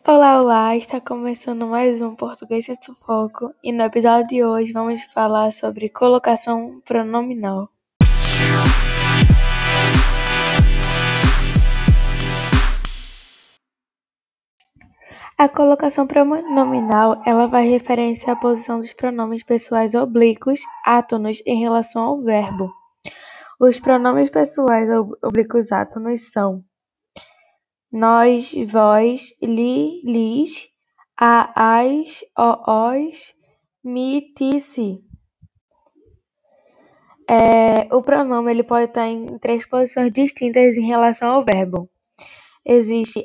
Olá, olá! Está começando mais um Português Sem Sufoco e no episódio de hoje vamos falar sobre colocação pronominal. A colocação pronominal ela vai referenciar a posição dos pronomes pessoais oblíquos átonos em relação ao verbo. Os pronomes pessoais oblíquos átonos são nós, vós, li, lis, as, os, mi, ti, si. O pronome ele pode estar em três posições distintas em relação ao verbo. Existem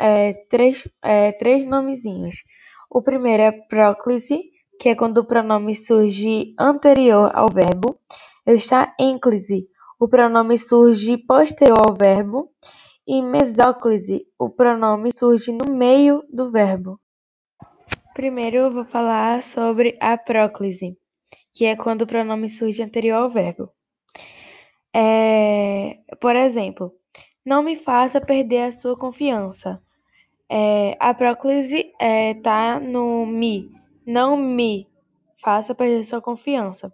três nomezinhos. O primeiro é próclise, que é quando o pronome surge anterior ao verbo. Existe a ênclise, o pronome surge posterior ao verbo. E mesóclise, o pronome surge no meio do verbo. Primeiro eu vou falar sobre a próclise, que é quando o pronome surge anterior ao verbo. Por exemplo, não me faça perder a sua confiança. A próclise está no me. Não me faça perder sua confiança.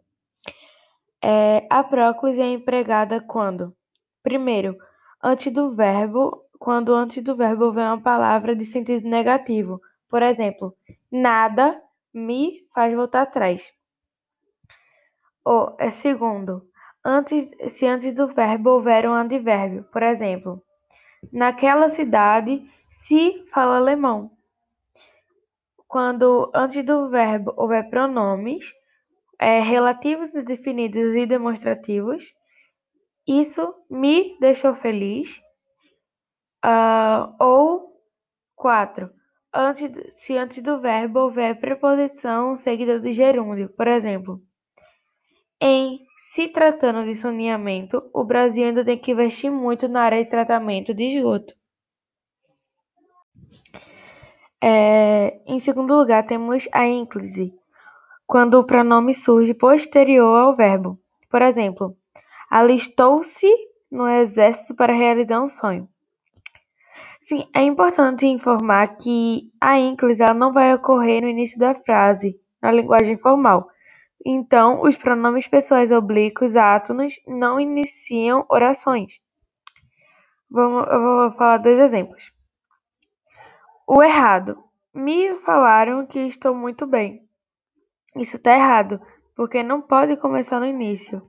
A próclise é empregada quando? Primeiro, quando antes do verbo vem uma palavra de sentido negativo. Por exemplo, nada me faz voltar atrás. Segundo, se antes do verbo houver um advérbio. Por exemplo, naquela cidade se fala alemão. Quando antes do verbo houver pronomes relativos, definidos e demonstrativos, isso me deixou feliz. Ou 4. Se antes do verbo houver preposição seguida de gerúndio. Por exemplo, em se tratando de saneamento, o Brasil ainda tem que investir muito na área de tratamento de esgoto. Em segundo lugar, temos a ênclise, quando o pronome surge posterior ao verbo. Por exemplo, alistou-se no exército para realizar um sonho. Sim, é importante informar que a ênclise ela não vai ocorrer no início da frase, na linguagem formal. Então, os pronomes pessoais oblíquos átonos não iniciam orações. Eu vou falar dois exemplos. O errado. Me falaram que estou muito bem. Isso está errado, porque não pode começar no início.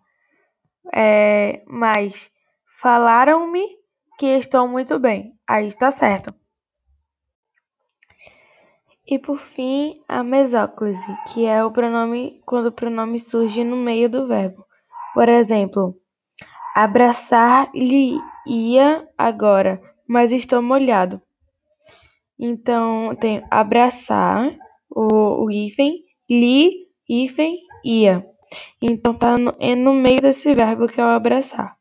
Mas falaram-me que estou muito bem. Aí está certo. E por fim, a mesóclise, que é quando o pronome surge no meio do verbo. Por exemplo, abraçar-lhe-ia agora, mas estou molhado. Então, tem abraçar, o hífen, lhe, hífen, ia. Então, tá no meio desse verbo que é o abraçar.